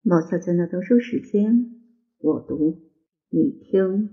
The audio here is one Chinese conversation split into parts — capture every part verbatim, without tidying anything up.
毛小娟的读书时间，我读你听。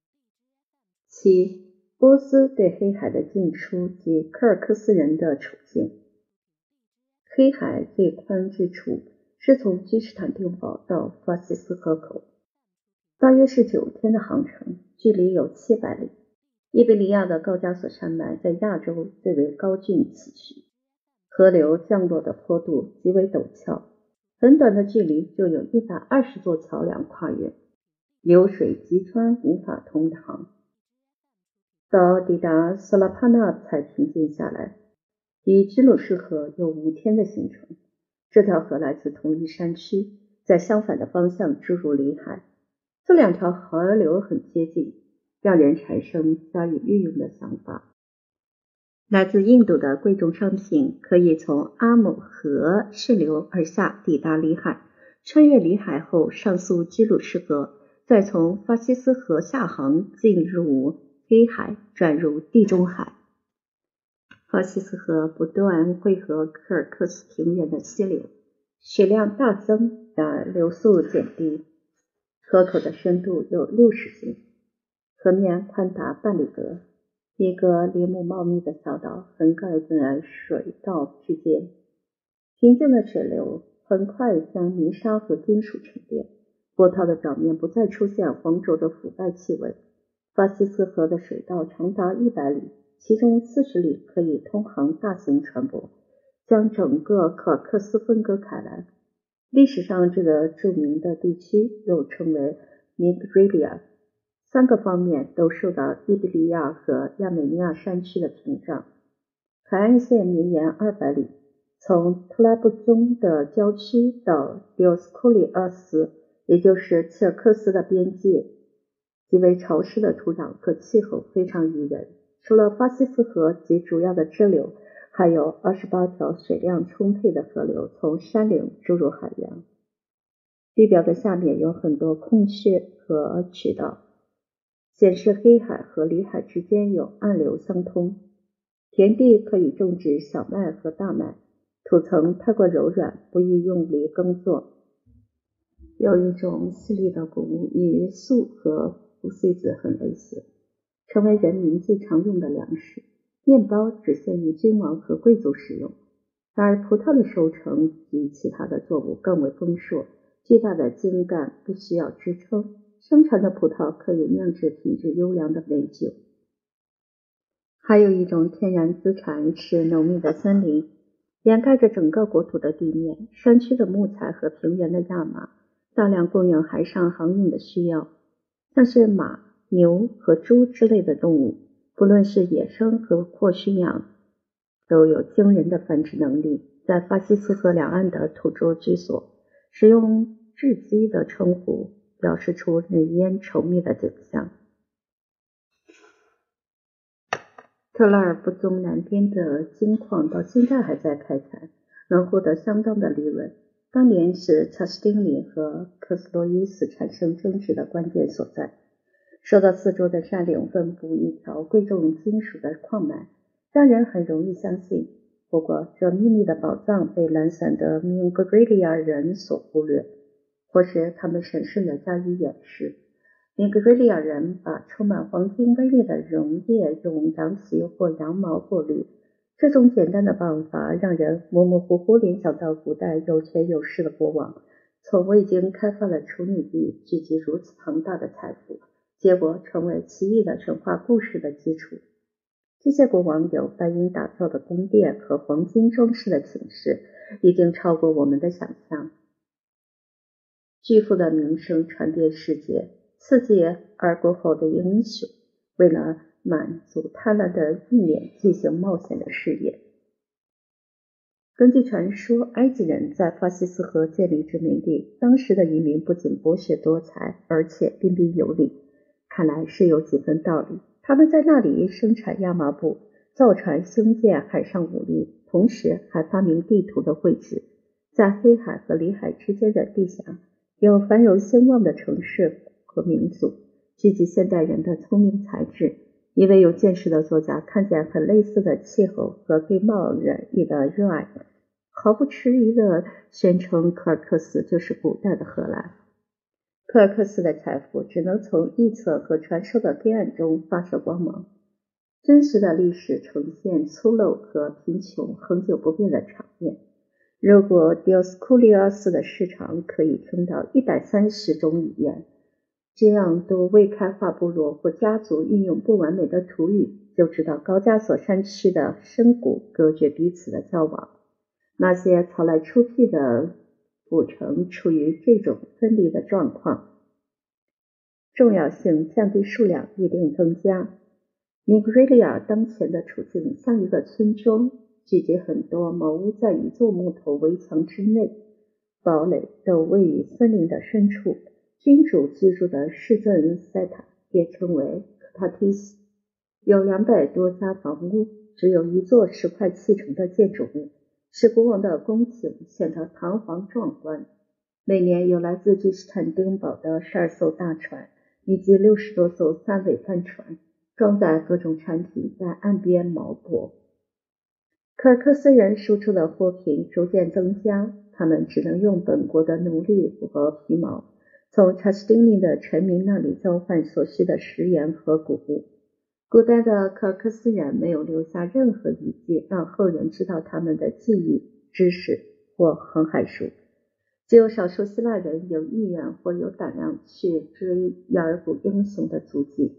七、波斯对黑海的进出及科尔克斯人的处境。黑海最宽之处是从君士坦丁堡到法西斯河口，大约是九天的航程，距离有七百里。伊比利亚的高加索山脉在亚洲最为高峻崎岖，河流降落的坡度极为陡峭，很短的距离就有一百二十座桥梁跨越，流水急川无法通航。到抵达色拉帕纳才平静下来。比居鲁士河有五天的行程，这条河来自同一山区，在相反的方向注入里海。这两条河流很接近，让人产生加以运用的想法。来自印度的贵重商品可以从阿姆河顺流而下抵达里海，穿越里海后上溯居鲁士河，再从法西斯河下航进入黑海，转入地中海。法西斯河不断汇合科尔克斯平原的溪流，水量大增，然而流速减低。河口的深度有六十斤，河面宽达半里格，一个林木茂密的小岛横盖在水道之间。平静的水流很快将泥沙和金属沉淀，波涛的表面不再出现黄浊的腐败气味。法西斯河的水道长达一百里，其中四十里可以通航大型船舶，将整个科尔克斯分割开来。历史上这个著名的地区又称为 Mingrelia， 三个方面都受到伊比利亚和亚美尼亚山区的屏障。海岸线绵延二百里，从特拉布宗的郊区到迪奥斯库里厄斯，也就是切尔克斯的边界，极为潮湿的土壤和气候非常宜人。除了法西斯河及主要的支流，还有二十八条水量充沛的河流从山岭注入海洋。地表的下面有很多空穴和渠道，显示黑海和里海之间有暗流相通。田地可以种植小麦和大麦，土层太过柔软，不易用力耕作。有一种细粒的谷物与粟和菟穗子很类似，成为人民最常用的粮食。面包只限于君王和贵族使用，然而葡萄的收成比其他的作物更为丰硕，巨大的茎干不需要支撑，生产的葡萄可以酿制品质优良的美酒。还有一种天然资产是浓密的森林，掩盖着整个国土的地面，山区的木材和平原的亚麻，大量供应海上航运的需要，像是马、牛和猪之类的动物，不论是野生和或驯养，都有惊人的繁殖能力。在法西斯河两岸的土著居所，使用雉鸡的称呼，表示出人烟稠密的景象。特拉尔布宗南边的金矿到现在还在开采，能获得相当的利润。当年是查士丁里和克斯洛伊斯产生争执的关键所在。受到四周的山岭分布一条贵重金属的矿脉，让人很容易相信。不过，这秘密的宝藏被懒散的明格瑞利亚人所忽略，或是他们审慎地加以掩饰。明格瑞利亚人把充满黄金微粒的溶液用羊皮或羊毛过滤，这种简单的办法让人模模糊糊联想到古代有权有势的国王从未经开发的处女地聚集如此庞大的财富，结果成为奇异的神话故事的基础。这些国王有白银打造的宫殿和黄金装饰的寝室，已经超过我们的想象。巨富的名声传遍世界，刺激而过后的英雄为了满足贪婪的意念进行冒险的事业。根据传说，埃及人在法西斯河建立殖民地，当时的移民不仅博学多才，而且彬彬有礼，看来是有几分道理。他们在那里生产亚麻布，造船兴建海上武力，同时还发明地图的绘制。在黑海和里海之间的地下，有繁荣兴旺的城市和民族，聚集现代人的聪明才智。一位有见识的作家看见很类似的气候和对贸易的热爱， 毫不迟疑地宣称科尔克斯就是古代的荷兰。科尔克斯的财富只能从臆测和传说的黑暗中发射光芒。真实的历史呈现粗陋和贫穷恒久不变的场面。如果迪奥斯库利奥斯的市场可以听到一百三十种语言，这样多未开化部落或家族运用不完美的土语，就知道高加索山区的深谷隔绝彼此的交往。那些曹来出辟的古城处于这种分离的状况，重要性降低，数量一定增加。米格瑞利亚当前的处境像一个村庄，聚集很多茅屋在一座木头围墙之内，堡垒都位于森林的深处。君主居住的市镇塞塔也称为科塔提斯，有两百多家房屋，只有一座石块砌成的建筑物，使国王的宫廷显得堂皇壮观。每年有来自君士坦丁堡的十二艘大船以及六十多艘三桅帆船，装载各种产品在岸边锚泊。科尔克斯人输出的货品逐渐增加，他们只能用本国的奴隶和皮毛从查士丁尼的臣民那里交换所需的食盐和谷物。古代的科尔克斯人没有留下任何遗迹让后人知道他们的记忆、知识或航海术，只有少数希腊人有意愿或有胆量去追亚尔古英雄的足迹。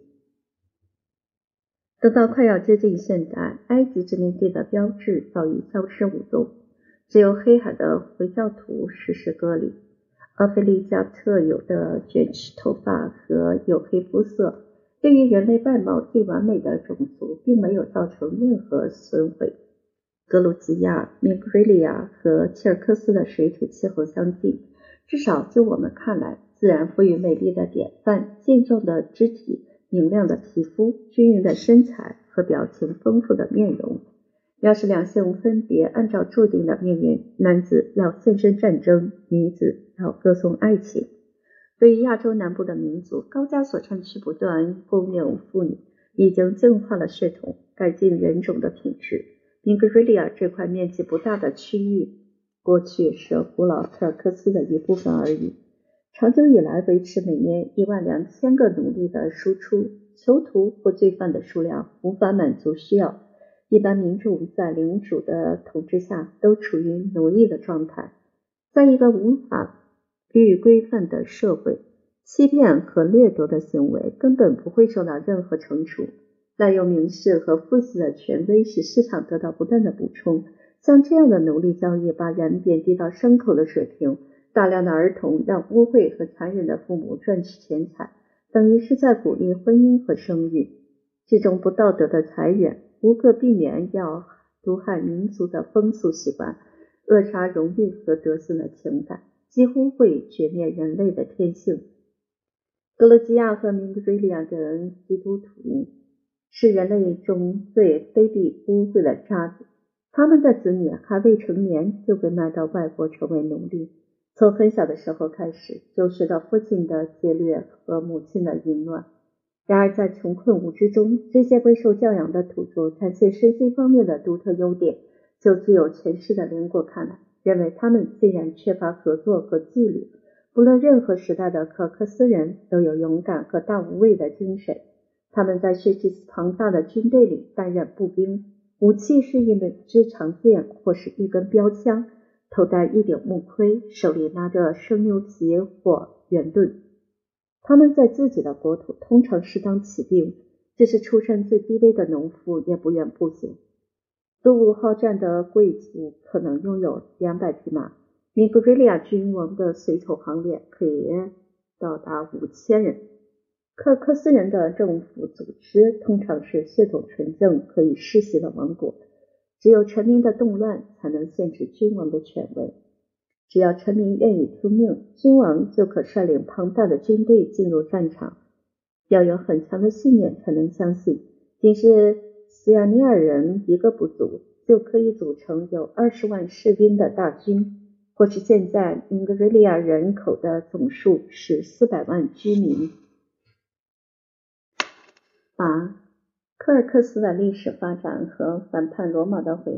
等到快要接近现代，埃及殖民地的标志早已消失无踪，只有黑海的回教徒实施割礼。阿非利加特有的卷曲头发和黝黑肤色，对于人类外貌最完美的种族并没有造成任何损毁。格鲁吉亚、米格瑞利亚和切尔克斯的水土气候相近，至少就我们看来，自然赋予美丽的典范，健壮的肢体，明亮的皮肤，均匀的身材和表情丰富的面容。要是两性分别按照注定的命运，男子要献身战争，女子要歌颂爱情。对于亚洲南部的民族，高加索山区不断供应妇女，已经净化了血统，改进人种的品质。米格瑞利亚这块面积不大的区域，过去是古老科尔克斯的一部分而已。长久以来维持每年一万两千个奴隶的输出，囚徒或罪犯的数量无法满足需要。一般民众在领主的统治下都处于奴役的状态。在一个无法律规范的社会，欺骗和掠夺的行为根本不会受到任何惩处。滥用民事和父系的权威使市场得到不断的补充。像这样的奴隶交易把人贬低到牲口的水平，大量的儿童让污秽和残忍的父母赚取钱财，等于是在鼓励婚姻和生育。这种不道德的裁员无可避免要毒害民族的风俗习惯，扼杀荣誉和德行的情感，几乎会绝灭人类的天性。格鲁吉亚和明格瑞利亚的基督徒是人类中最卑鄙污秽的渣子，他们的子女还未成年就被卖到外国成为奴隶，从很小的时候开始就学到父亲的劫掠和母亲的淫乱。然而在穷困无知中，这些未受教养的土著展现身心方面的独特优点，就具有权势的邻国看来，认为他们虽然缺乏合作和纪律，不论任何时代的科尔克斯人都有勇敢和大无畏的精神。他们在薛提斯庞大的军队里担任步兵，武器是一支长剑或是一根标枪，头戴一顶木盔，手里拿着生牛皮或圆盾。他们在自己的国土通常是当骑兵，这是出身最低微的农夫也不愿步行。独武好战的贵族可能拥有两百匹马，米格瑞利亚君王的随从行列可以到达五千人。科尔克斯人的政府组织通常是血统纯正、可以世袭的王国，只有臣民的动乱才能限制君王的权威。只要臣民愿意听命，君王就可率领庞大的军队进入战场。要有很强的信念才能相信，仅是斯亚尼尔人一个部族就可以组成有二十万士兵的大军，或是现在英格瑞利亚人口的总数是四百万居民。八、科尔克斯的历史发展和反叛罗马的悔恨。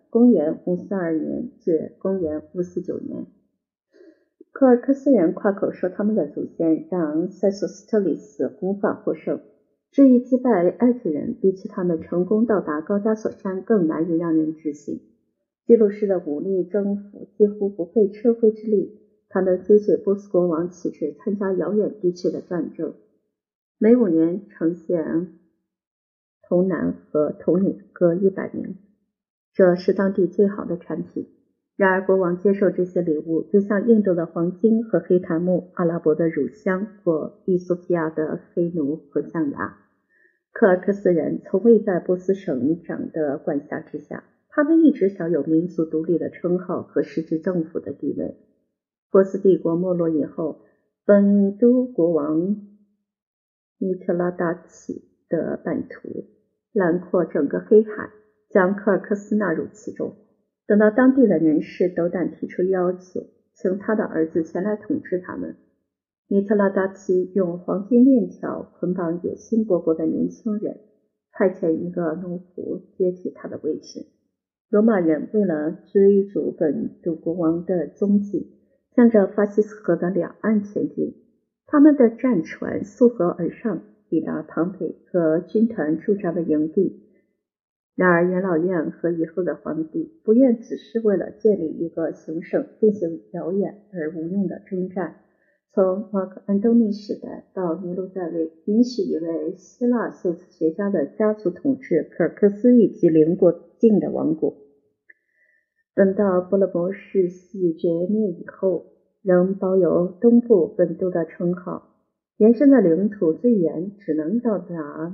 公元五四二年至公元五四九年。科尔克斯人夸口说他们的祖先让塞索斯特里斯无法获胜。至于击败埃及人，比起他们成功到达高加索山更难以让人置信。基鲁士的武力征服几乎不费车灰之力，他们追随波斯国王旗帜参加遥远地区的战争，每五年呈现童男和童女各一百名，这是当地最好的产品。然而国王接受这些礼物，就像印度的黄金和黑檀木、阿拉伯的乳香或伊索比亚的黑奴和象牙。科尔克斯人从未在波斯省长的管辖之下，他们一直享有民族独立的称号和实质政府的地位。波斯帝国没落以后，本都国王米特拉达奇的版图囊括整个黑海，将科尔克斯纳入其中。等到当地的人士斗胆提出要求，请他的儿子前来统治他们，米特拉达奇用黄金链条捆绑野心勃勃的年轻人，派遣一个奴仆接替他的位置。罗马人为了追逐本都国王的踪迹，向着法西斯河的两岸前进。他们的战船溯河而上，抵达庞培和军团驻扎的营地。然而元老院和以后的皇帝不愿只是为了建立一个行省进行遥远而无用的征战。从马克安东尼时代到尼禄在位，允许一位希腊修辞学家的家族统治科尔克斯以及邻国境的王国。等到波勒摩世系决灭以后，仍保有东部本都的称号，延伸的领土最远只能到达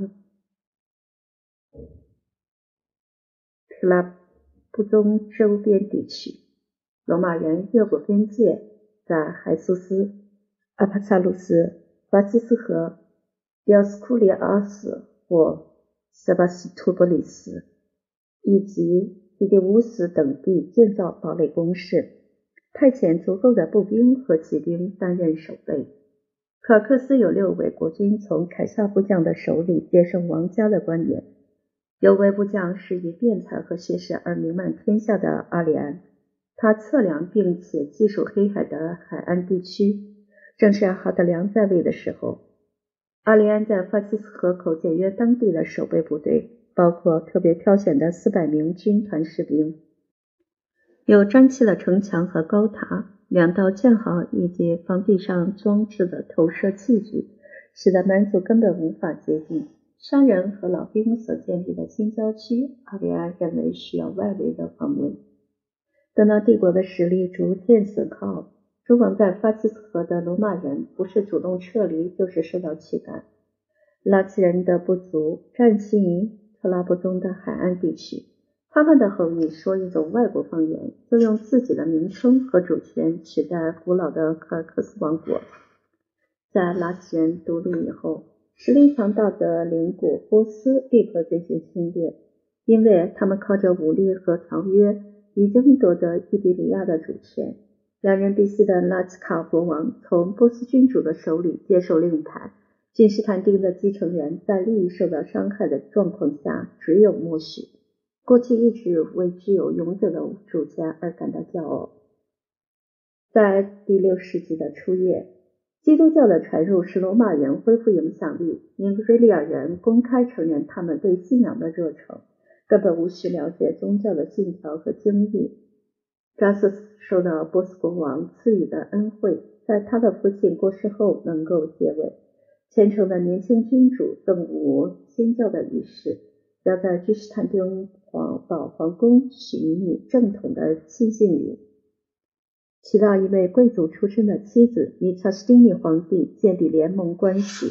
特拉布宗周边地区。罗马人越过边界，在海苏斯、阿帕萨鲁斯、法西斯河、迪奥斯库里阿斯或塞巴斯托波里斯以及伊迪乌斯等地建造堡垒工事，派遣足够的步兵和骑兵担任守备。科尔克斯有六位国君从凯撒部将的手里接受王家的官员，有位部将是以辩才和学识而名满天下的阿里安，他测量并且记述黑海的海岸地区。正是哈德良在位的时候，阿里安在法西斯河口检阅当地的守备部队，包括特别挑选的四百名军团士兵，有粘砌的城墙和高塔，两道堑壕以及房地上装置的投射器具，使得蛮族根本无法接近。商人和老兵所建立的新郊区，阿里安认为需要外围的防卫。等到帝国的实力逐渐损耗，驻防在法西斯河的罗马人不是主动撤离，就是受到驱赶。拉齐人的部族占据特拉布宗的海岸地区，他们的后裔说一种外国方言，就用自己的名称和主权取代古老的科尔克斯王国。在拉齐人独立以后，实力强大的邻国波斯立刻进行侵略，因为他们靠着武力和条约已经夺得伊比利亚的主权。两人必须的拉齐卡国王从波斯君主的手里接受令牌，君士坦丁的继承人在利益受到伤害的状况下只有默许。过去一直为具有永久的主权而感到骄傲。在第六世纪的初叶，基督教的传入使罗马人恢复影响力，因瑞利尔人公开承认他们对信仰的热诚，根本无需了解宗教的信条和经历。扎瑟斯受到波斯国王赐予的恩惠，在他的父亲过世后能够接位。虔诚的年轻君主更无新教的仪式，要在君士坦丁堡皇宫许一女正统的亲信礼，娶到一位贵族出身的妻子，与查士丁尼皇帝建立联盟关系。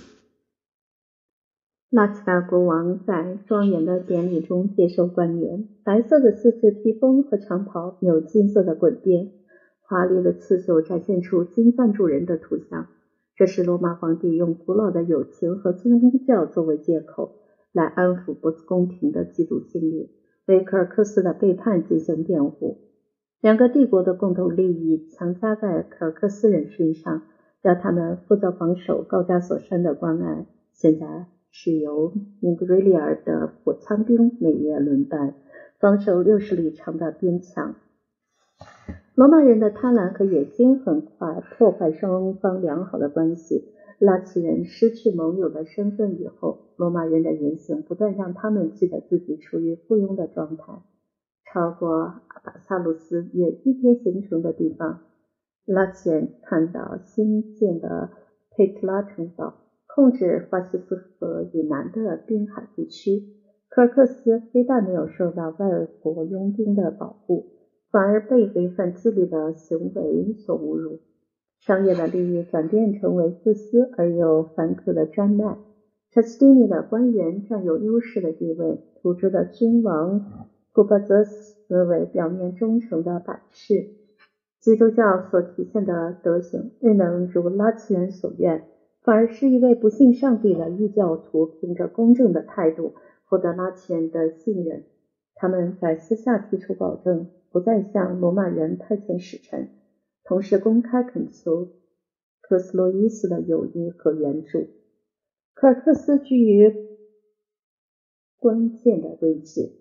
拉齐达国王在庄严的典礼中接受冠冕，白色的丝质披风和长袍有金色的滚边，华丽的刺绣展现出金赞助人的图像。这是罗马皇帝用古老的友情和宗教作为借口，来安抚波斯宫廷的嫉妒心理，为科尔克斯的背叛进行辩护。两个帝国的共同利益强加在科尔克斯人身上，要他们负责防守高加索山的关隘，现在是由英格瑞利尔的火枪兵每月轮班， 防守六十里长的边墙。罗马人的贪婪和野心很快破坏双方良好的关系。拉齐人失去盟友的身份以后，罗马人的言行不断让他们记得自己处于附庸的状态。超过阿巴萨鲁斯约一天行程的地方，拉齐人看到新建的佩特拉城堡，控制法西斯河以南的滨海地区。科尔克斯非但没有受到外国佣兵的保护，反而被违反纪律的行为所侮辱。商业的利益转变成为自私而又反客的专卖。查斯丁尼的官员占有优势的地位，土著的君王古巴泽斯为表面忠诚的百事。基督教所体现的德行未能如拉齐人所愿，反而是一位不信上帝的异教徒凭着公正的态度获得拉齐人的信任。他们在私下提出保证，不再向罗马人派遣使臣，同时公开恳求克斯洛伊斯的友谊和援助。科尔克斯居于关键的位置，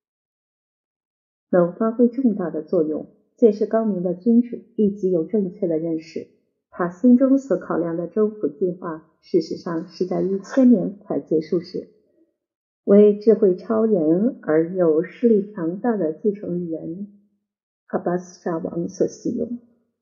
能发挥重大的作用。这是高明的君主立即有正确的认识，他心中所考量的征服计划，事实上是在一千年快结束时，为智慧超人而又势力强大的继承人阿巴斯沙王所使用。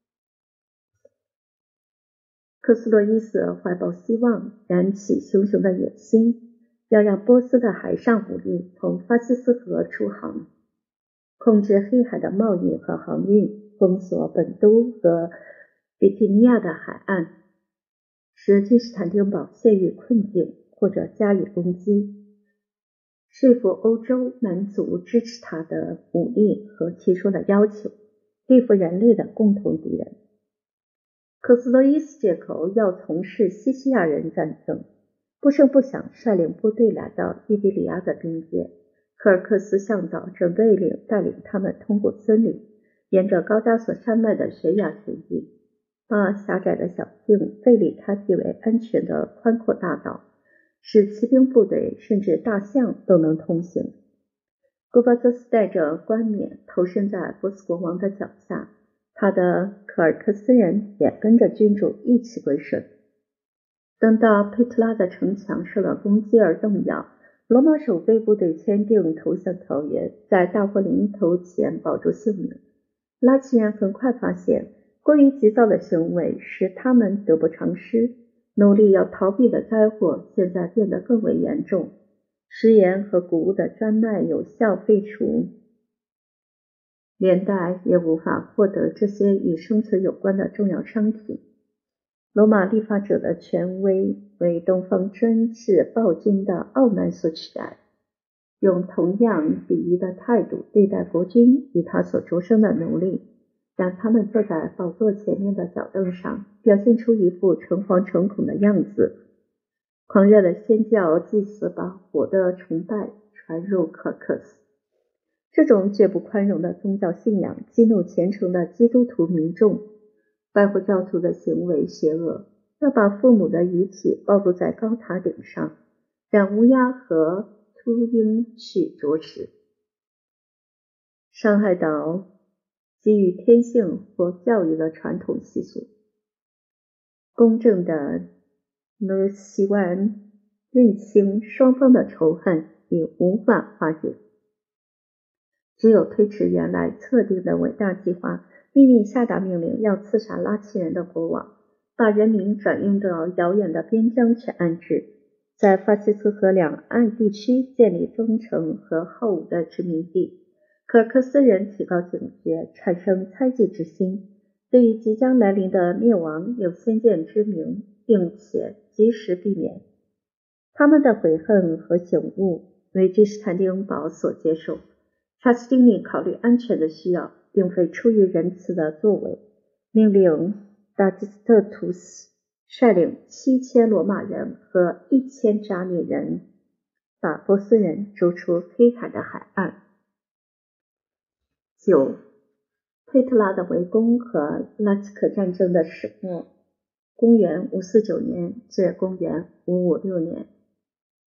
克斯洛伊斯怀抱希望，燃起熊熊的野心，要让波斯的海上武力从法西斯河出航，控制黑海的贸易和航运，封锁本都和比提尼亚的海岸，使君士坦丁堡陷于困境或者加以攻击，说服欧洲蛮族支持他的武力和提出的要求，对付人类的共同敌人。克斯洛伊斯借口要从事西西亚人战争，不声不响率领部队来到伊比利亚的边界。科尔克斯向导准备领带领他们通过森林，沿着高加索山脉的悬崖前进，把狭窄的小径费力开辟为安全的宽阔大道，使骑兵部队甚至大象都能通行。古巴泽斯带着冠冕投身在波斯国王的脚下，他的科尔克斯人也跟着君主一起归顺。等到佩特拉的城墙受到攻击而动摇，罗马守备部队签订投降条约，在大祸临头前保住性命。拉齐人很快发现，过于急躁的行为使他们得不偿失，努力要逃避的灾祸现在变得更为严重。食盐和谷物的专卖有效废除，连带也无法获得这些与生存有关的重要商品。罗马立法者的权威为东方专制暴君的傲慢所取代，用同样鄙夷的态度对待国君与他所着生的奴隶，让他们坐在宝座前面的脚凳上，表现出一副诚惶诚恐的样子。狂热的宣教祭司把火的崇拜传入科尔克斯，这种绝不宽容的宗教信仰激怒虔诚的基督徒民众。拜火教徒的行为邪恶，要把父母的遗体暴露在高塔顶上，让乌鸦和秃鹰去啄食。伤害到基于天性或教育的传统习俗。公正的努西万认清双方的仇恨也无法化解，只有推迟原来测定的伟大计划，秘密下达命令要刺杀拉齐人的国王，把人民转运到遥远的边疆去安置，在法西斯河两岸地区建立忠诚和好武的殖民地。科尔克斯人提高警觉，产生猜忌之心，对于即将来临的灭亡有先见之明，并且及时避免。他们的悔恨和醒悟为君士坦丁堡所接受。查斯丁尼考虑安全的需要，并非出于仁慈的作为，命令达基斯特图斯率领七千罗马人和一千扎米人把波斯人逐出黑海的海岸。九、佩特拉的围攻和拉齐克战争的始末，公元五四九年至公元五五六年。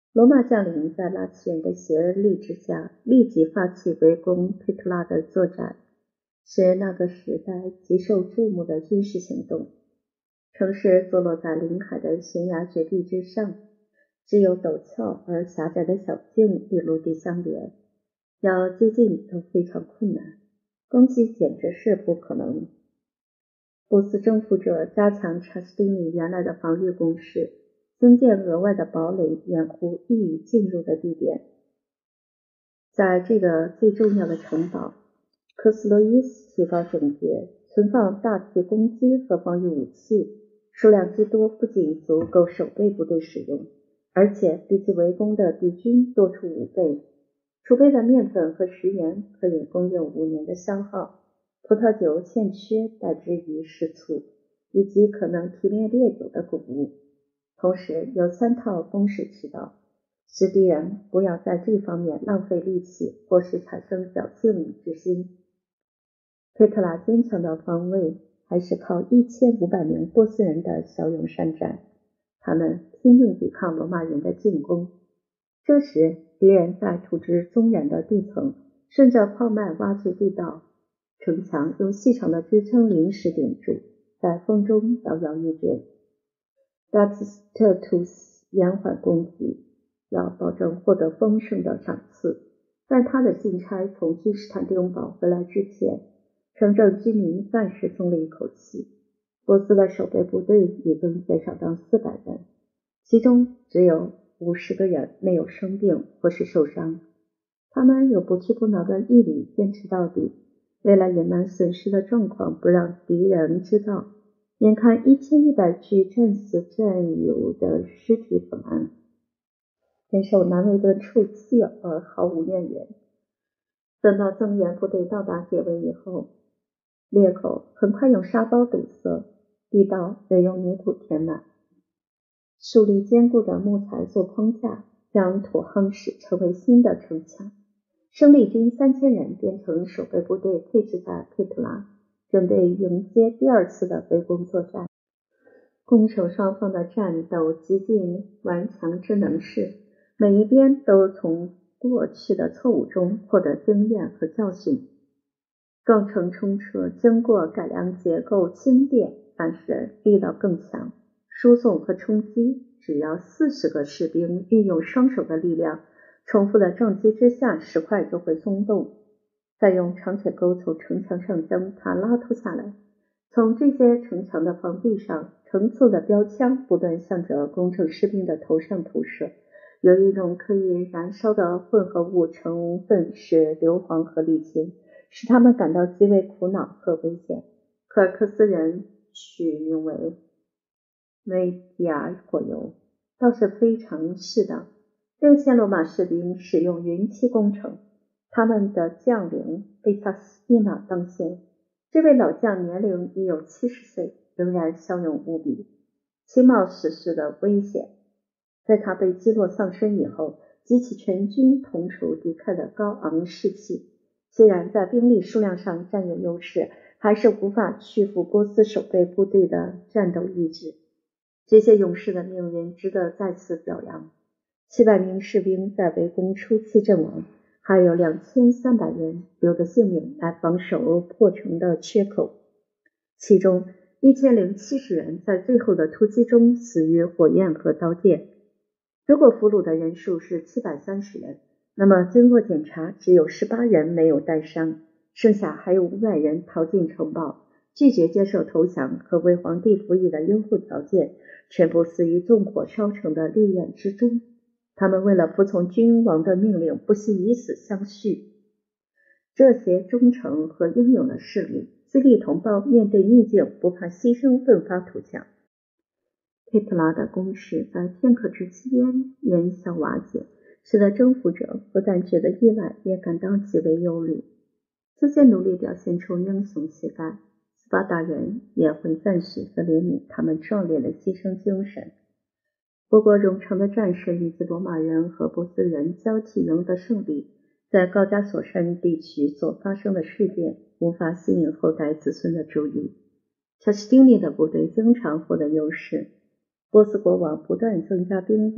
罗马将领在拉齐人的协力之下，立即发起围攻佩特拉的作战，是那个时代极受注目的军事行动。城市坐落在临海的悬崖绝壁之上，只有陡峭而狭窄的小径与陆地相连，要接近都非常困难，攻击简直是不可能。波斯征服者加强查士丁尼原来的防御工事，增建额外的堡垒，掩护易于进入的地点。在这个最重要的城堡，科斯洛伊斯提高整洁，存放大批攻击和防御武器，数量之多不仅足够守备部队使用，而且比其围攻的敌军多出五倍。储备的面粉和食盐可以供应五年的消耗，葡萄酒欠缺代之于食醋，以及可能提炼烈酒的谷物。同时有三套攻势渠道，使敌人不要在这方面浪费力气，或是产生侥幸之心。佩特拉坚强的防卫还是靠一千五百名波斯人的骁勇善战，他们拼命抵抗罗马人的进攻。这时敌人在土质松软的地层，顺着矿脉挖掘地道，城墙用细长的支撑临时顶住，在风中摇摇欲坠。达斯特图斯延缓攻击，要保证获得丰盛的赏赐。在他的信差从君士坦丁堡回来之前，城镇居民暂时松了一口气。波斯的守备部队已经减少到四百人，其中只有五十个人没有生病或是受伤。他们有不屈不挠的毅力，坚持到底。为了隐瞒损失的状况，不让敌人知道，眼看一千一百具战死战友的尸体粉案，忍受难为的处气而毫无怨言。等到增援部队到达结尾以后，裂口很快用沙包堵塞，地道也用泥土填满，树立坚固的木材做框架，将土夯实成为新的城墙。生力军三千人编成守备部队，配置在佩特拉，准备迎接第二次的围攻作战。攻守双方的战斗极尽顽强之能事，每一边都从过去的错误中获得经验和教训。撞城冲车经过改良结构轻便，但是力道更强。输送和冲击只要四十个士兵运用双手的力量，重复的撞击之下，石块就会松动，再用长铁钩从城墙上将它拉脱下来。从这些城墙的防壁上，橙色的标枪不断向着工程士兵的头上投射，有一种可以燃烧的混合物成分是硫磺和沥青，使他们感到极为苦恼和危险。科尔克斯人取名为梅迪亚火油，倒是非常适当。六千罗马士兵使用云梯工程，他们的将领贝萨斯一马当先。这位老将年龄已有七十岁，仍然骁勇无比，其冒死时的危险。在他被击落丧生以后，激起全军同仇敌忾的高昂士气。虽然在兵力数量上占有优势，还是无法屈服波斯守备部队的战斗意志。这些勇士的命运值得再次表扬。七百名士兵在围攻初期阵亡，还有两千三百人留着性命来防守破城的缺口，其中一千零七十人在最后的突击中死于火焰和刀剑。如果俘虏的人数是七百三十人，那么经过检查，只有十八人没有带伤，剩下还有五百人逃进城堡，拒绝接受投降和为皇帝服役的优厚条件，全部死于纵火烧城的烈焰之中。他们为了服从君王的命令，不惜以死相续。这些忠诚和英勇的势力，激励同胞面对逆境不怕牺牲，奋发图强。佩特拉的攻势在片刻之间烟消瓦解，使得征服者不但觉得意外，也感到极为忧虑。这些努力表现出英雄气概，斯巴达人也会赞许和怜悯他们壮烈的牺牲精神。不过冗长的战事以及罗马人和波斯人交替赢得胜利，在高加索山地区所发生的事件无法吸引后代子孙的注意。查士丁尼的部队经常获得优势，波斯国王不断增加兵力，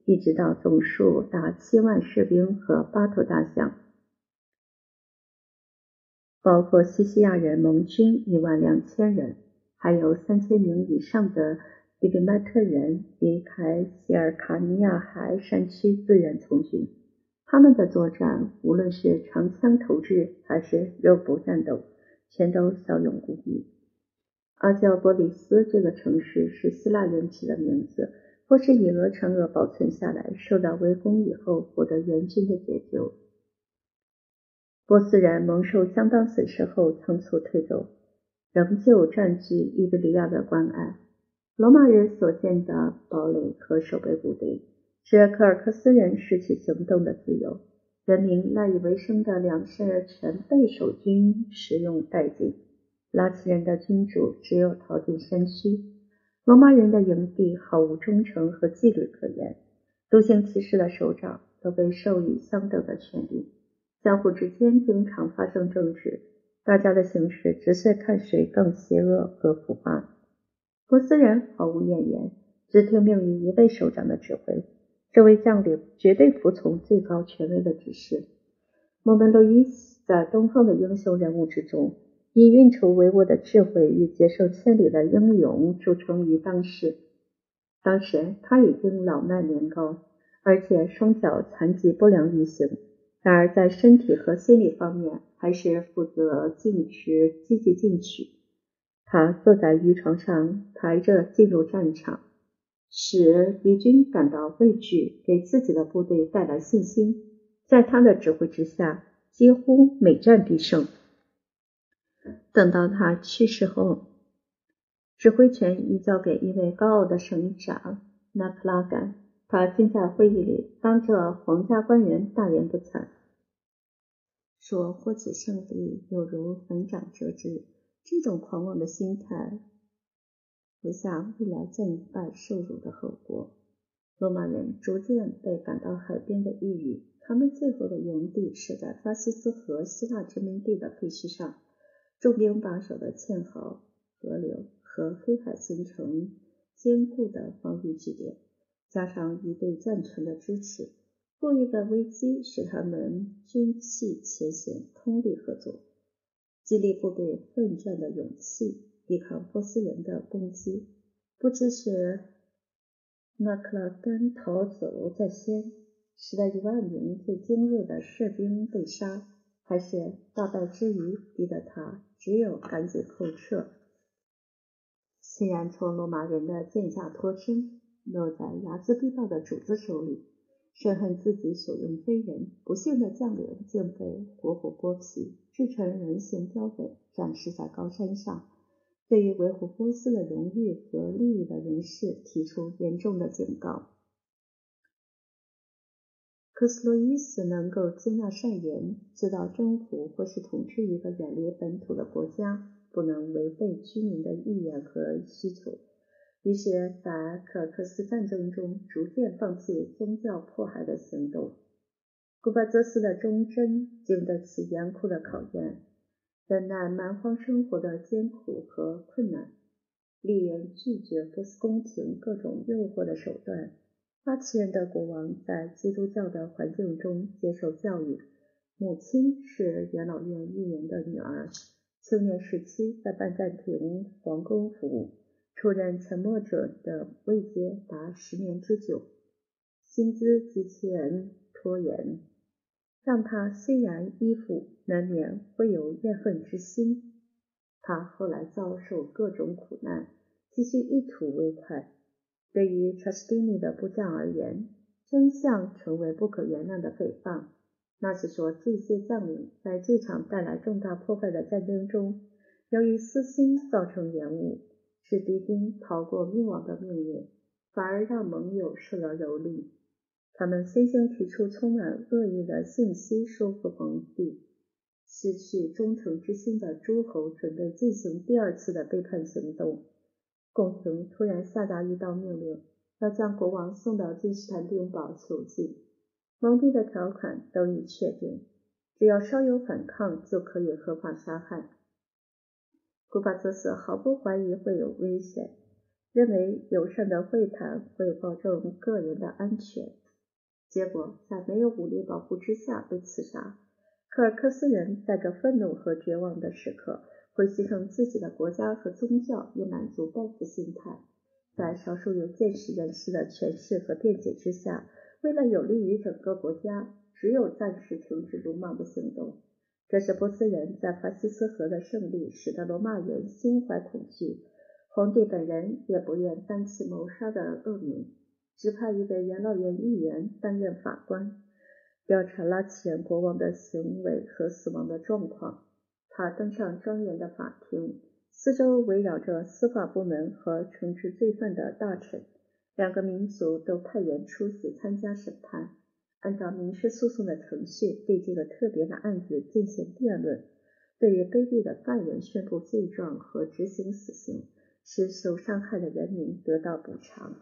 一直到总数达七万士兵和八头大象，包括西西亚人盟军一万两千人，还有三千名以上的迪比麦特人离开希尔卡尼亚海山区自愿从军。他们的作战，无论是长枪投掷还是肉搏战斗，全都骁勇无比。阿焦波利斯这个城市是希腊人起的名字，或是以讹传讹保存下来，受到围攻以后获得援军的解救。波斯人蒙受相当损失后仓促退走，仍旧占据伊比利亚的关隘。罗马人所建的堡垒和守备部队使科尔克斯人失去行动的自由，人民赖以为生的粮食全被守军食用殆尽。拉齐人的君主只有逃进山区，罗马人的营地毫无忠诚和纪律可言，独行其事的首长都被授予相等的权利，相互之间经常发生争执，大家的行事只是看谁更邪恶和腐化。波斯人毫无怨言，只听命于一位首长的指挥，这位将领绝对服从最高权威的指示。莫门路伊斯在东方的英雄人物之中，以运筹帷幄的智慧与决胜千里的英勇著称于当世。当时他已经老迈年高，而且双脚残疾不良于行，然而在身体和心理方面还是负责进持积极进取。他坐在渔床上抬着进入战场，使敌军感到畏惧，给自己的部队带来信心。在他的指挥之下，几乎每战必胜。等到他去世后，指挥权移交给一位高傲的省长纳克拉干，他竟在会议里当着皇家官员大言不惭，说获取胜利有如粉掌折枝。这种狂妄的心态留下未来战败受辱的后果。罗马人逐渐被赶到海边的异域，他们最后的营地设在法西斯河希腊殖民地的废墟上，重兵把守的堑壕、河流和黑海形成坚固的防御据点，加上一对战船的支持，过于的危机使他们军器前线通力合作，激励部队奋战的勇气，抵抗波斯人的攻击。不知是纳克拉干逃走在先，使得一万名最精锐的士兵被杀，还是大败之余逼得他只有赶紧后撤。虽然从罗马人的剑下脱身，落在睚眦必报的主子手里，深恨自己所用非人，不幸的将领竟被活活剥皮，制成人形标本，展示在高山上，对于维护波斯的荣誉和利益的人士提出严重的警告。克斯洛伊斯能够接纳善言，知道征服或是统治一个远离本土的国家不能违背居民的意愿和需求，于是在可尔克斯战争中逐渐放弃宗教迫害的行动。古巴泽斯的忠贞经得起严酷的考验，忍耐蛮荒生活的艰苦和困难，立言拒绝波斯宫廷各种诱惑的手段。拉齐人的国王在基督教的环境中接受教育，母亲是元老院议员的女儿，青年时期在拜占庭皇宫服务，出任沉默者的位阶达十年之久，薪资及其人拖延，让他虽然依附，难免会有怨恨之心。他后来遭受各种苦难，继续一吐为快。对于查士丁尼的部将而言，真相成为不可原谅的诽谤，那是说这些将领在这场带来重大破坏的战争中，由于私心造成延误，使敌军逃过灭亡的命运，反而让盟友受了蹂躏。他们先行提出充满恶意的信息说服皇帝，失去忠诚之心的诸侯准备进行第二次的背叛行动。宫廷突然下达一道命令，要将国王送到君士坦丁堡囚禁。盟地的条款都已确定，只要稍有反抗就可以合法杀害。古巴泽斯毫不怀疑会有危险，认为友善的会谈会保证个人的安全， 结果在没有武力保护之下被刺杀。科尔克斯人在这愤怒和绝望的时刻，会牺牲自己的国家和宗教，以满足报复心态。在少数有见识人士的诠释和辩解之下，为了有利于整个国家，只有暂时停止鲁莽的行动。这是波斯人在法西斯河的胜利使得罗马人心怀恐惧，皇帝本人也不愿担起谋杀的恶名，指派一位元老院议员担任法官，调查拉齐人国王的行为和死亡的状况。他登上庄严的法庭，四周围绕着司法部门和惩治罪犯的大臣，两个民族都派员出席参加审判。按照民事诉讼的程序，对这个特别的案子进行辩论，对于卑鄙的犯人宣布罪状和执行死刑，使受伤害的人民得到补偿。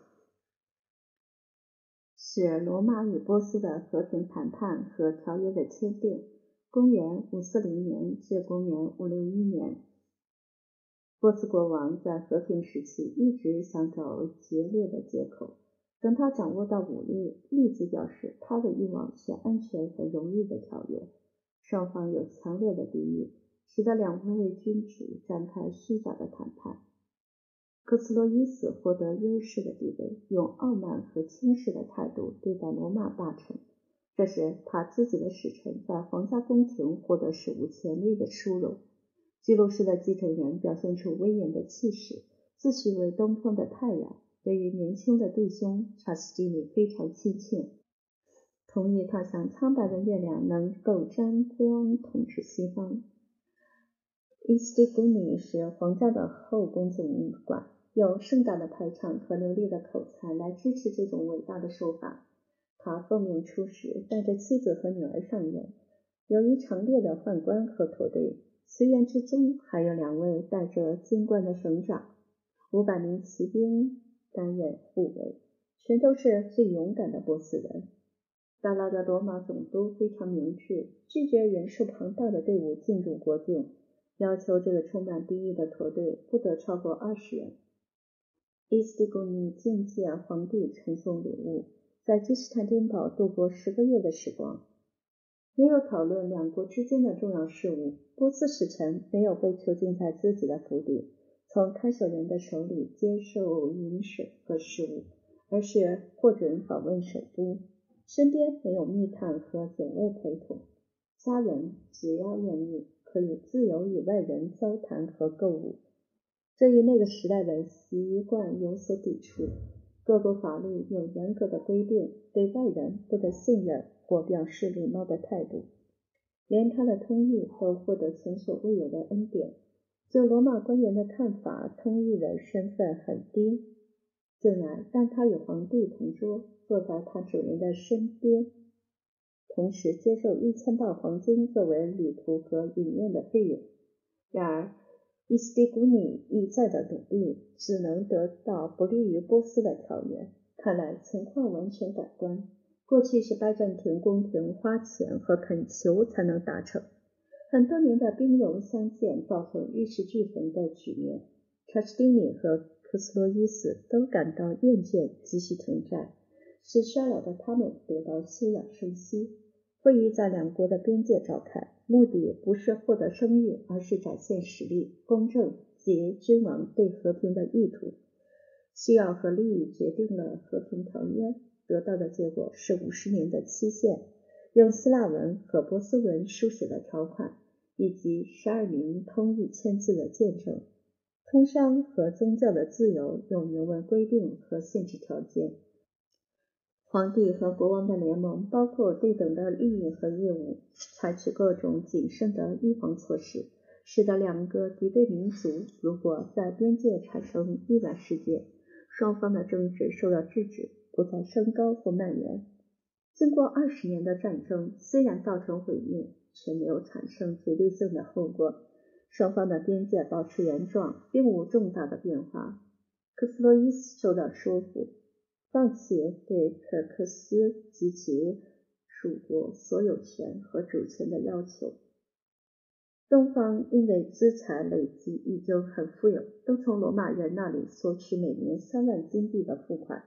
是罗马与波斯的和平谈判和条约的签订。公元五四零年至公元五六一年，波斯国王在和平时期一直想找决裂的借口，等他掌握到武力，立即表示他的欲望是安全和荣誉的条约。双方有强烈的敌意，使得两位君主展开虚假的谈判。克斯洛伊斯获得优势的地位，用傲慢和轻视的态度对待罗马大臣，这是他自己的使臣在皇家宫廷获得史无前例的殊荣。居鲁士的继承人表现出威严的气势，自诩为东方的太阳，对于年轻的弟兄查士基尼非常亲切，同意他像苍白的月亮能够沾光统治西方。伊斯蒂古尼是皇家的后宫总管，用盛大的排场和流利的口才来支持这种伟大的手法。他奉命出使，带着妻子和女儿上演，有一长列的宦官和驼队，随员之中还有两位带着金冠的省长，五百名骑兵担任护卫，全都是最勇敢的波斯人。大拉的罗马总督非常明智，拒绝人数庞大的队伍进入国境，要求这个充满敌意的驼队不得超过二十人。伊斯蒂古尼敬借皇帝呈送礼物，在君士坦丁堡度过十个月的时光，没有讨论两国之间的重要事务。波斯使臣没有被囚禁在自己的府邸，从看守人的手里接受饮水和食物，而是获准访问首都，身边没有密探和警卫陪同。家人只要愿意，可以自由与外人交谈和购物，这与那个时代的习惯有所抵触。各国法律有严格的规定，对外人不得信任或表示礼貌的态度。连他的通译都获得前所未有的恩典。就罗马官员的看法，通译的身份很低，竟然让他与皇帝同桌，坐在他主人的身边，同时接受一千磅黄金作为旅途和饮宴的费用。然而伊斯蒂古尼一再的努力，只能得到不利于波斯的条约。看来情况完全改观。过去是拜占庭宫廷花钱和恳求才能达成，很多年的兵戎相见造成玉石俱焚的局面。查士丁尼和克斯洛伊斯都感到厌倦，继续停战，使衰老的他们得到休养生息。会议在两国的边界召开，目的不是获得声誉，而是展现实力、公正及君王对和平的意图。需要和利益决定了和平条约，得到的结果是五十年的期限，用希腊文和波斯文书写的条款，以及十二名通译签字的见证。通商和宗教的自由有明文规定和限制条件。皇帝和国王的联盟包括对等的利益和义务，采取各种谨慎的预防措施，使得两个敌对民族如果在边界产生意外事件，双方的争执受到制止，不再升高或蔓延。经过二十年的战争，虽然造成毁灭，却没有产生决定性的后果，双方的边界保持原状，并无重大的变化。克斯洛伊斯受到说服，放弃对科尔克斯及其属国所有权和主权的要求。东方因为资财累积已经很富有，都从罗马人那里索取每年三万金币的付款，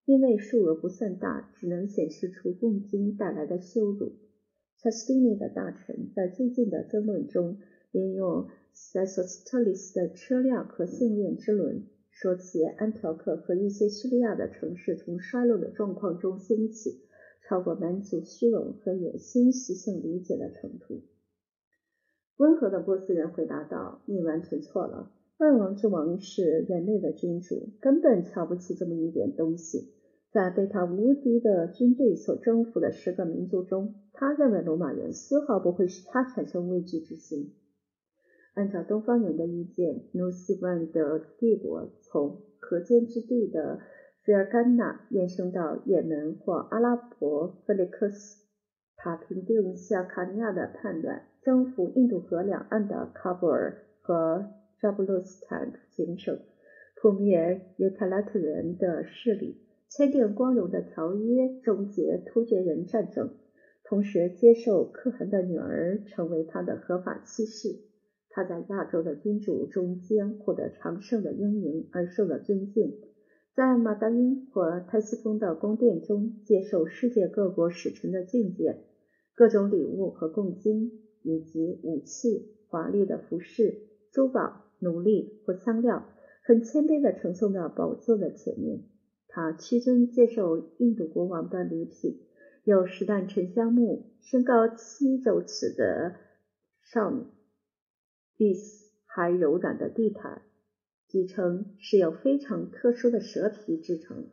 因为数额不算大，只能显示出共经带来的羞辱。查士丁尼的大臣在最近的争论中引用塞索斯特里斯的车辆和幸运之轮，说起安条克和一些叙利亚的城市从衰落的状况中兴起，超过蛮族虚荣和野心习性理解的程度。温和的波斯人回答道：“你完全错了，万王之王是人类的君主，根本瞧不起这么一点东西。在被他无敌的军队所征服的十个民族中，他认为罗马人丝毫不会使他产生畏惧之心。”按照东方人的意见，努西万的帝国从河间之地的菲尔干纳延伸到也门或阿拉伯菲利克斯，他平定西尔卡尼亚的叛乱，征服印度河两岸的喀布尔和扎布洛斯坦行省，扑灭犹太莱特人的势力，签订光荣的条约，终结突厥人战争，同时接受可汗的女儿成为他的合法妻室。他在亚洲的君主中间获得长盛的英名而受到尊敬，在马达因和泰西风的宫殿中接受世界各国使臣的觐见，各种礼物和贡金以及武器、华丽的服饰、珠宝、奴隶或香料，很谦卑地呈送到宝座的前面。他屈尊接受印度国王的礼品，有石蛋沉香木、身高七肘尺的少女，比斯还柔软的地毯，据称是由非常特殊的蛇皮制成。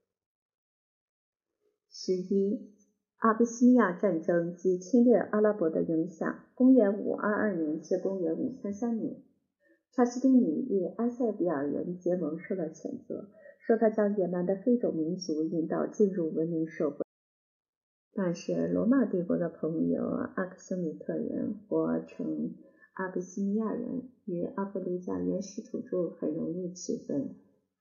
十一、阿比西尼亚战争及侵略阿拉伯的影响。公元五二二年至公元五三三年，查士丁尼与埃塞比尔人结盟受到谴责，说他将野蛮的非洲民族引导进入文明社会。但是罗马帝国的朋友阿克修米特人或称阿比西尼亚人与阿非利加原始土著很容易区分。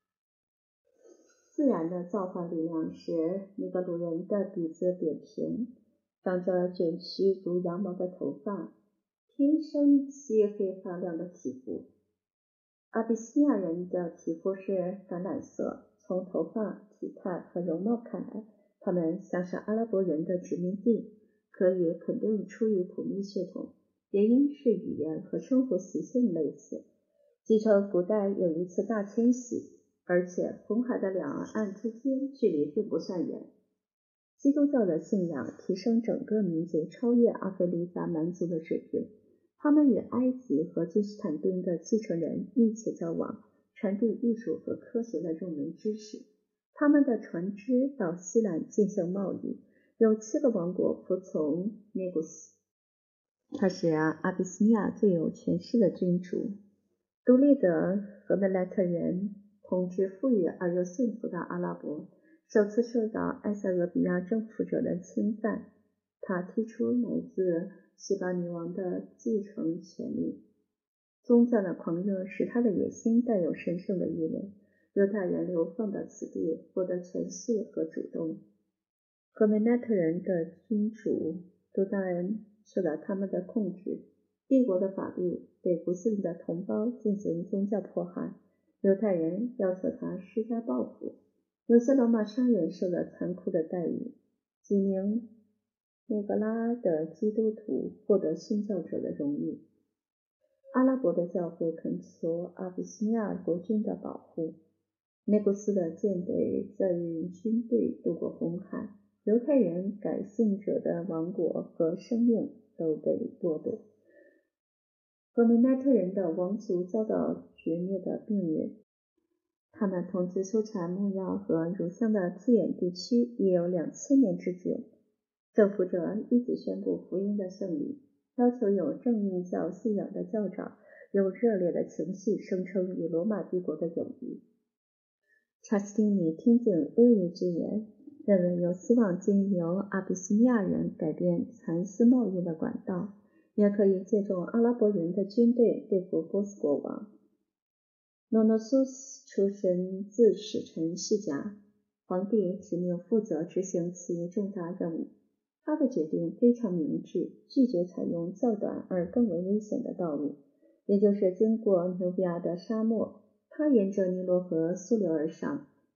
自然的造化力量使尼格鲁人的鼻子扁平，长着卷曲如羊毛的头发，天生漆黑发亮的皮肤。阿比西尼亚人的皮肤是橄榄色，从头发、体态和容貌看来，他们像是阿拉伯人的殖民地，可以肯定出于统一血统，原因是语言和生活习性类似。据称古代有一次大迁徙，而且红海的两岸之间距离并不算远。基督教的信仰提升整个民族超越阿非利加蛮族的水平，他们与埃及和君士坦丁的继承人密切交往，传递艺术和科学的入门知识。他们的船只到西南进行贸易，有七个王国服从涅古斯，他是阿比西尼亚最有权势的君主。独立的荷梅莱特人统治富裕而又幸福的阿拉伯，首次受到埃塞俄比亚征服者的侵犯。他提出来自西巴女王的继承权利。宗教的狂热使他的野心带有神圣的意味。犹太人流放到此地，获得权势和主动。荷梅莱特人的君主都当受到他们的控制。帝国的法律对不幸的同胞进行宗教迫害，犹太人要求他施加报复。有些罗马商人受了残酷的待遇，几名内格拉的基督徒获得殉教者的荣誉。阿拉伯的教会恳求阿比西尼亚国君的保护。内古斯的舰队载运军队渡过红海，犹太人改信者的王国和生命都被剥夺。荷梅莱特人的王族遭到绝灭的命运，他们统治出产木药和乳香的偏远地区已有两千年之久。征服者立即宣布福音的胜利，要求有正印教信仰的教长用热烈的情绪声称与罗马帝国的友谊。查士丁尼听进阿谀之言，认为有希望经由阿比西尼亚人改变蚕丝贸易的管道，也可以借助阿拉伯人的军队对付波斯国王。诺诺苏斯出身自使臣世家，皇帝指命负责执行其重大任务。他的决定非常明智，拒绝采用较短而更为危险的道路，也就是经过努比亚的沙漠。他沿着尼罗河溯流而上，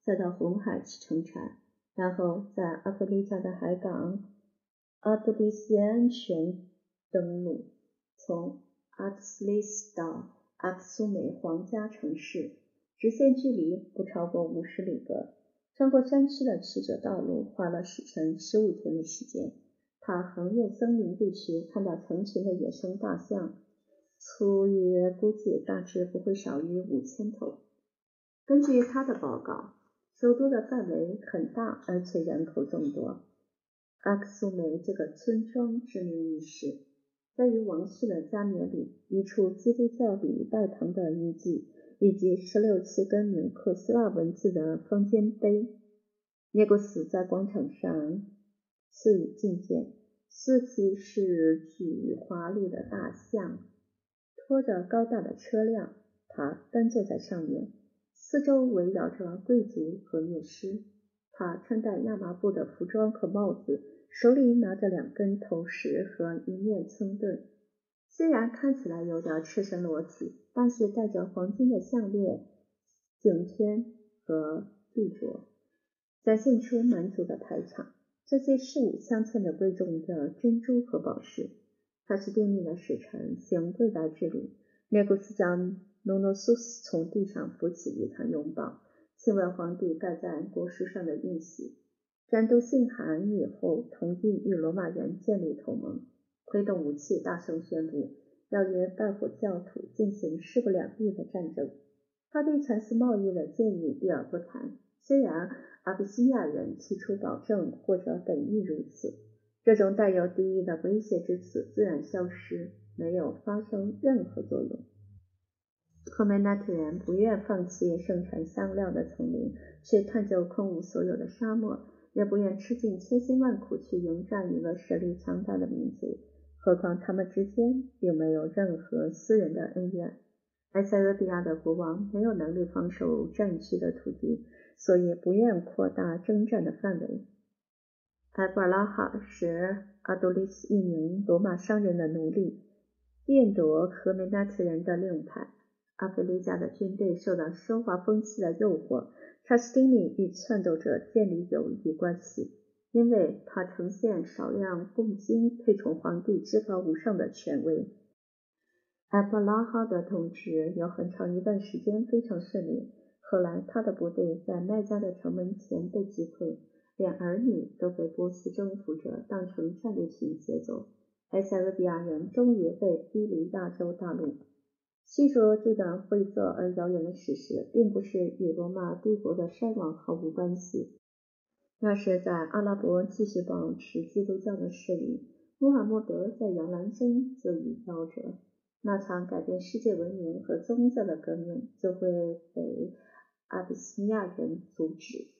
再到红海去乘船，然后在阿非利加的海港阿杜里西安全登陆，从阿特斯利斯到阿克苏美皇家城市，直线距离不超过五十里格。穿过山区的曲折道路花了时程十五天的时间。他横越森林地区，看到成群的野生大象，粗约估计大致不会少于五千头。根据他的报告，首都的范围很大，而且人口众多。阿克苏梅这个村庄知名于世，在于王室的加冕礼、一处基督教礼拜堂的遗迹，以及十六期根铭刻希腊文字的方尖碑。涅古斯在广场上赐予觐见，四骑是举华丽的大象，拖着高大的车辆，他端坐在上面，四周围绕着贵族和乐师。他穿戴亚麻布的服装和帽子，手里拿着两根头饰和一面葱盾，虽然看起来有点赤身裸体，但是戴着黄金的项链、颈圈和臂镯，展现出满足的排场。这些饰物镶嵌着贵重的珍珠和宝石。他是定命的使臣，行对待之礼。涅古斯将诺诺苏斯从地上扶起，与他拥抱，亲吻皇帝盖在国书上的印玺，展读信函以后，同意与罗马人建立同盟，挥动武器，大声宣布要与拜火教徒进行势不两立的战争。他对蚕丝贸易的建议避而不谈，虽然阿比西尼亚人提出保证，或者本意如此，这种带有敌意的威胁之词自然消失，没有发生任何作用。赫梅纳特人不愿放弃盛产香料的丛林，去探究空无所有的沙漠，也不愿吃尽千辛万苦去迎战一个实力强大的民族，何况他们之间并没有任何私人的恩怨。埃塞俄比亚的国王没有能力防守占据的土地，所以不愿扩大征战的范围。埃布尔拉哈是阿多利斯一名罗马商人的奴隶，掠夺赫梅纳特人的令牌。阿非利加的军队受到奢华风气的诱惑，查士丁尼与篡斗者建立友谊关系，因为他呈现少量贡金推崇皇帝至高无上的权威。埃布拉哈的统治有很长一段时间非常顺利，后来他的部队在麦加的城门前被击溃，连儿女都被波斯征服者当成战利品劫走，埃塞俄比亚人终于被逼离亚洲大陆。虽说这段晦涩而遥远的史实并不是与罗马帝国的衰亡毫无关系，那是在阿拉伯继续保持基督教的势力，穆罕默德在摇篮中就已夭折，那场改变世界文明和宗教的革命就会被阿比西尼亚人阻止。